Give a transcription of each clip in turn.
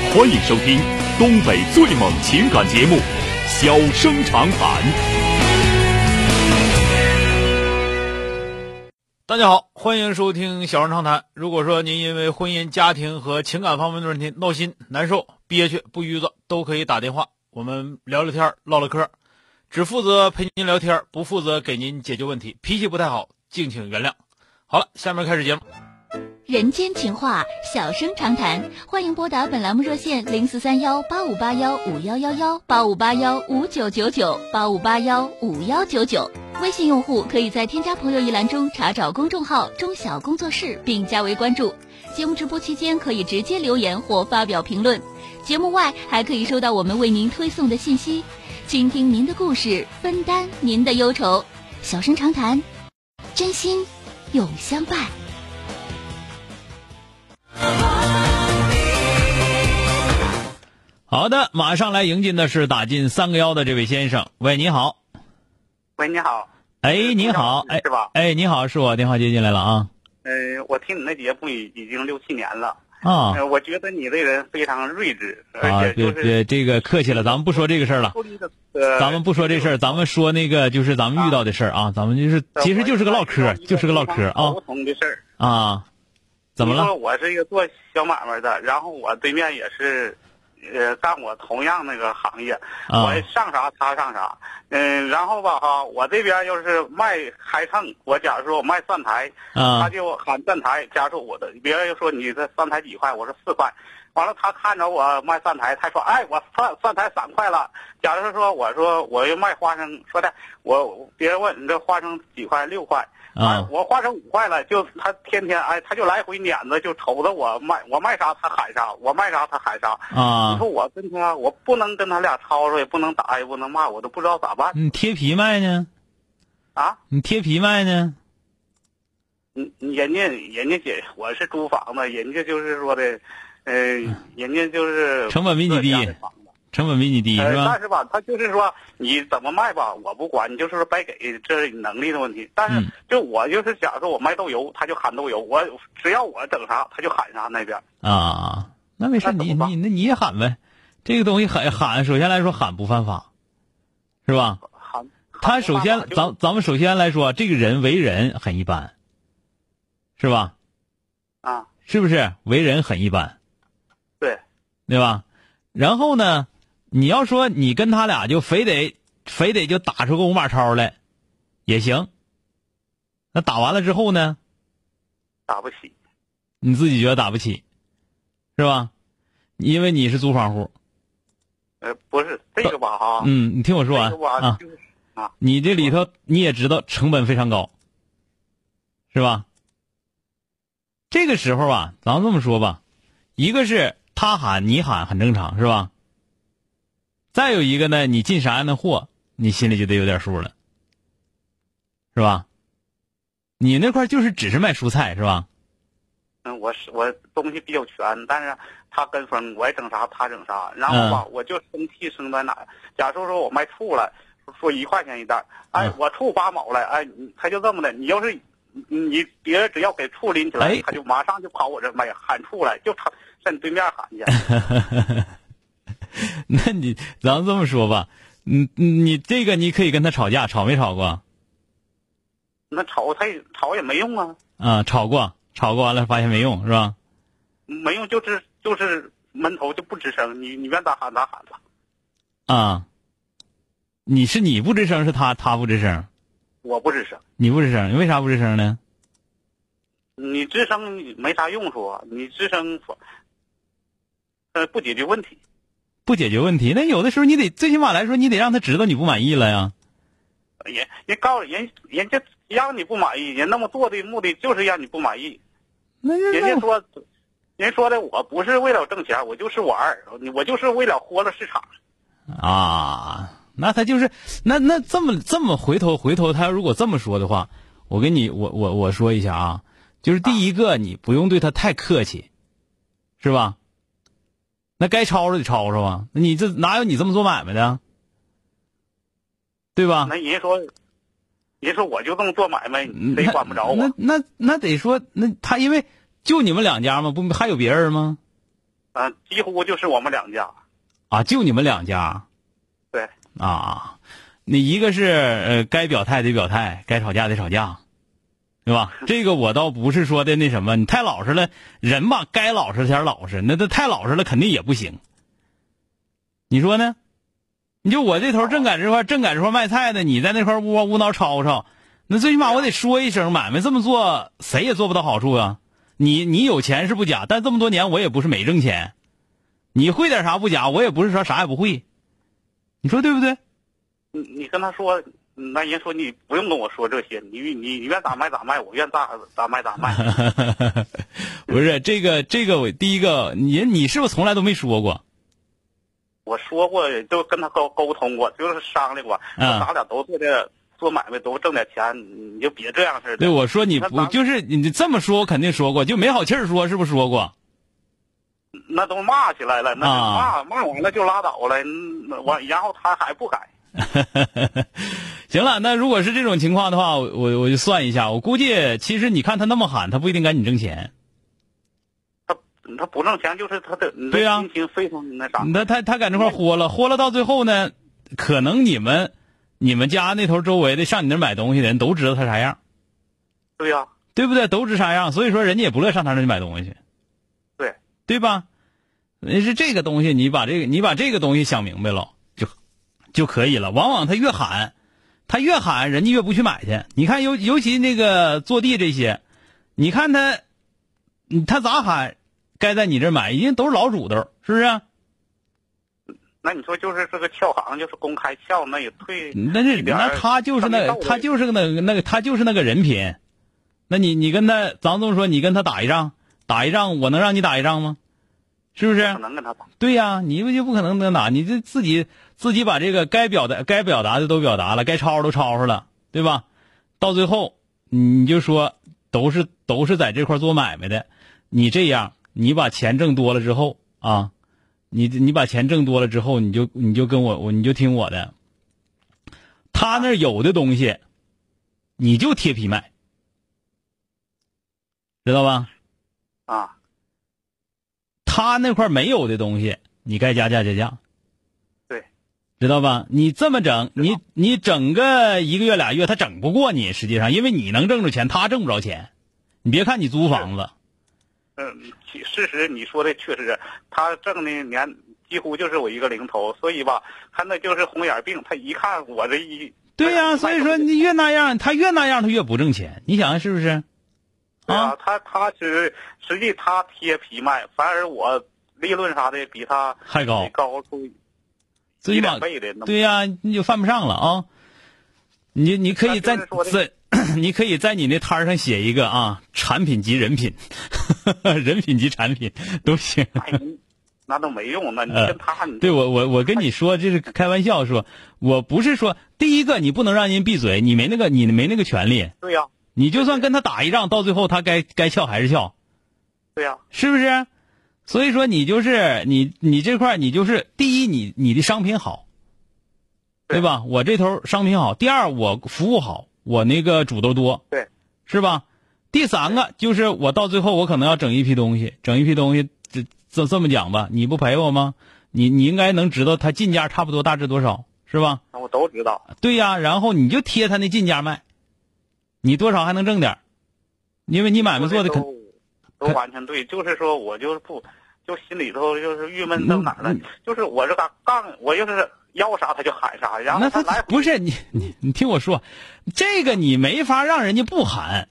欢迎收听东北最猛情感节目《小生长谈》。 大家好，欢迎收听《小生长谈》。如果说您因为婚姻、家庭和情感方面的问题闹心、难受、憋屈、不愉快，都可以打电话，我们聊聊天、唠唠嗑，只负责陪您聊天，不负责给您解决问题。脾气不太好，敬请原谅。好了，下面开始节目。 人间情话，小生长谈，欢迎拨打本栏目热线0431-8581-5111、8581-5999、8581-5199。微信用户可以在添加朋友一栏中查找公众号中小工作室并加为关注。节目直播期间可以直接留言或发表评论，节目外还可以收到我们为您推送的信息，倾听您的故事，分担您的忧愁。小生长谈，真心永相伴。 好的，马上来迎进的是打进3个1的这位先生。喂，你好。 喂，你好。 哎，你好。哎， 是吧？ 哎，你好，是我，电话接进来了啊。 我听你那节目已经6、7年了啊。 我觉得你这个人非常睿智， 啊， 而且就是别这个客气了，咱们不说这个事儿了。咱们不说这事儿，咱们说那个就是咱们遇到的事儿啊。咱们就是其实就是个唠嗑，就是个唠嗑啊。 不同的事儿啊。怎么了？ 我是一个做小买卖的，然后我对面也是。干我同样那个行业，我上啥他上啥，然后吧哈，我这边要是卖开秤，我假如说我卖蒜台，他就喊蒜台，假如说我的别人又说你这蒜台几块，我说4块，完了他看着我卖蒜台，他说哎我蒜台3块了，假如说我说我又卖花生，说的别人问你这花生几块，6块。我花成5块了，就他天天他就来回撵着，就瞅着我卖啥他喊啥，我卖啥他喊啥啊！你说我跟他，我不能跟他俩吵吵，也不能打，也不能骂，我都不知道咋办。 你贴皮卖呢？ 啊？ 你贴皮卖呢？ 人家姐，我是租房子，人家就是说的，人家就是成本比你低。成本比你低是吧？ 但是吧，他就是说你怎么卖吧，我不管，你就是说白给，这是你能力的问题。但是就我就是假如说我卖豆油，他就喊豆油，我只要我整啥，他就喊啥那边。 啊，那没事，你也喊呗。这个东西喊，首先来说喊不犯法，是吧？他首先咱们首先来说，这个人为人很一般，是吧？ 啊， 是不是为人很一般？ 对吧？然后呢？你要说你跟他俩就非得就打出个5马超来，也行。那打完了之后呢？ 打不起。 你自己觉得打不起，是吧？因为你是租房户。 不是这个吧哈。 你听我说完啊。你这里头你也知道成本非常高，是吧？这个时候吧，咱们这么说吧，一个是他喊你喊很正常，是吧？再有一个呢，你进啥样的货，你心里就得有点数了，是吧？你那块就是只是卖蔬菜是吧？ 我东西比较全，但是他跟风，我也整啥他整啥，然后吧，我就生气生在哪？假如说我卖醋了，说1块钱一袋，我醋8毛了，他就这么的，你要是你别人只要给醋拎起来，他就马上就跑我这买喊醋来，就上你对面喊去。 那咱们这么说吧，你这个你可以跟他吵架，吵没吵过？ 那吵也没用啊。 啊，吵过完了发现没用是吧？ 没用，就是闷头就不吱声，你愿咋喊咋喊吧。 啊，你不吱声，是他不吱声？ 我不吱声。 你不吱声，你为啥不吱声呢？ 你吱声没啥用处啊，你吱声不解决问题。 不解决问题，那有的时候你得最起码来说，你得让他知道你不满意了呀。 人告诉人家让你不满意，人那么做的目的就是让你不满意。人家说的我不是为了挣钱，我就是玩，我就是为了活了市场。 啊，那他就是那这么回头他如果这么说的话，我跟你我说一下啊，就是第一个你不用对他太客气，是吧？那该吵吵得吵吵啊！那你这哪有你这么做买卖的，对吧？ 那人说我就这么做买卖，谁管不着我？ 那得说，那他因为就你们2家吗？不还有别人吗？ 几乎就是我们两家。 啊，就你们两家？ 对。 啊，你一个是该表态得表态，该吵架得吵架，对吧？这个我倒不是说的那什么，你太老实了，人吧该老实点老实，那太老实了肯定也不行。你说呢？你就我这头正赶这块卖菜的，你在那块无脑吵吵，那最起码我得说一声，买卖这么做谁也做不到好处啊。你有钱是不假，但这么多年我也不是没挣钱。你会点啥不假，我也不是说啥也不会。你说对不对？ 你跟他说，那人说你不用跟我说这些，你愿咋卖咋卖，我愿咋卖咋卖。 不是这个第一个，你是不是从来都没说过？ 我说过，就跟他沟通过，就是商量过，咱俩都做买卖都挣点钱，你就别这样似的。 对，我说你不就是你这么说，我肯定说过，就没好气儿说，是不是说过？ 那都骂起来了，那骂完了就拉倒了，然后他还不改。 行了，那如果是这种情况的话，我就算一下，我估计其实你看他那么喊，他不一定赶你挣钱。 他不挣钱，就是他的对呀， 心情非常那啥。 他搁那块豁了到最后呢，可能你们家那头周围的上你那买东西的人都知道他啥样。 对呀， 对不对？都知啥样，所以说人家也不乐上他那去买东西。对吧？是这个东西，你把这个东西想明白了就可以了。往往他越喊，人家越不去买去。你看尤其那个坐地这些，你看他咋喊，该在你这买，人家都是老主头，是不是？ 那你说就是这个撬行，就是公开撬，那也退。 那他就是那个人品。那你跟他，咱这么说，你跟他打一仗，我能让你打一仗吗？是不是？ 不能跟他打。 对呀，你就不可能跟他打，你这自己把这个该表达的都表达了，该吵都吵了，对吧？到最后你就说都是在这块做买卖的，你这样，你把钱挣多了之后啊，你把钱挣多了之后，你就跟我你就听我的，他那有的东西，你就贴皮卖。知道吧？ 啊， 他那块没有的东西，你该加价。 对， 知道吧？你这么整，你整个1个月2月，他整不过你。实际上，因为你能挣着钱，他挣不着钱。你别看你租房子， 事实你说的确实，他挣的年几乎就是我一个零头，所以吧，他那就是红眼病。他一看我这对呀，所以说你越那样，他越不挣钱。你想是不是？ 啊，他实际他贴皮卖，反而我利润啥的比他还高出 1-2倍的。对呀，你就犯不上了啊！你可以在你可以在你那摊上写一个啊，产品及人品，人品及产品都行。 那都没用，那你跟他对我跟你说，这是开玩笑说，我不是说第一个你不能让人闭嘴，你没那个权利。 对呀。 你就算跟他打一仗，到最后他该撬还是撬， 对呀， 是不是？所以说你就是你这块你就是第一，你的商品好，对吧？我这头商品好。第二，我服务好，我那个主都多， 对， 是吧？第三个就是我到最后我可能要整一批东西，这么讲吧，你不陪我吗？你应该能知道他进价差不多大致多少，是吧？ 我都知道。 对呀，然后你就贴他那进价卖。你多少还能挣点，因为你买卖做的都完全对，就是说我就是就心里头就是郁闷到哪儿了，就是我这个杠，我就是要啥他就喊啥，然后他来不是你听我说，这个你没法让人家不喊。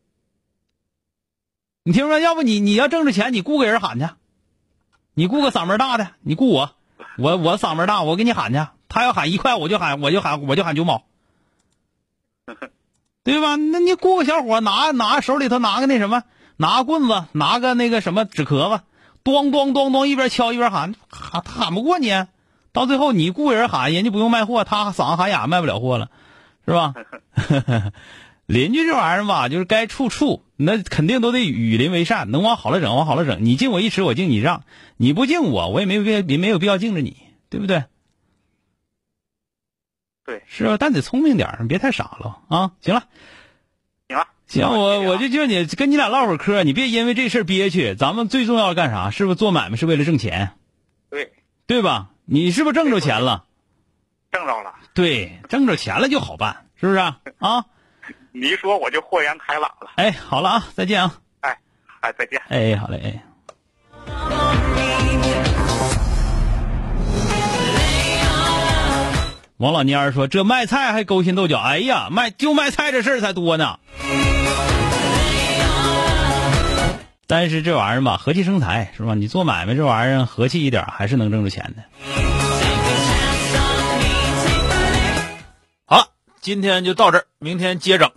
你听说，要不你要挣着钱，你雇个人喊去，你雇个嗓门大的，你雇我嗓门大，我给你喊去，他要喊1块我就喊9毛。对吧？那你雇个小伙拿手里头拿个那什么，拿个棍子，拿个那个什么纸壳子，咚咚咚咚一边敲一边喊，他喊不过你。到最后你雇人喊，人家不用卖货，他嗓子喊哑卖不了货了，是吧？邻居这玩意儿吧，就是该处，那肯定都得与邻为善，能往好了整。你敬我1尺，我敬你1丈，你不敬我也没有必要敬着你，对不对？ 对， 是吧？但得聪明点，别太傻了啊！行了， 行，我就劝你跟你俩唠会儿嗑，你别因为这事儿憋屈。咱们最重要的干啥？是不是做买卖是为了挣钱？ 对， 对吧？你是不是挣着钱了？ 挣着了。 对，挣着钱了就好办，是不是啊？ 你一说我就豁然开朗了。 哎，好了啊，再见啊。 哎，再见。 哎，好嘞，哎。王老蔫儿说：“这卖菜还勾心斗角，哎呀，卖菜这事儿才多呢。但是这玩意儿吧，和气生财是吧？你做买卖这玩意儿和气一点，还是能挣着钱的。”好了，今天就到这儿，明天接整。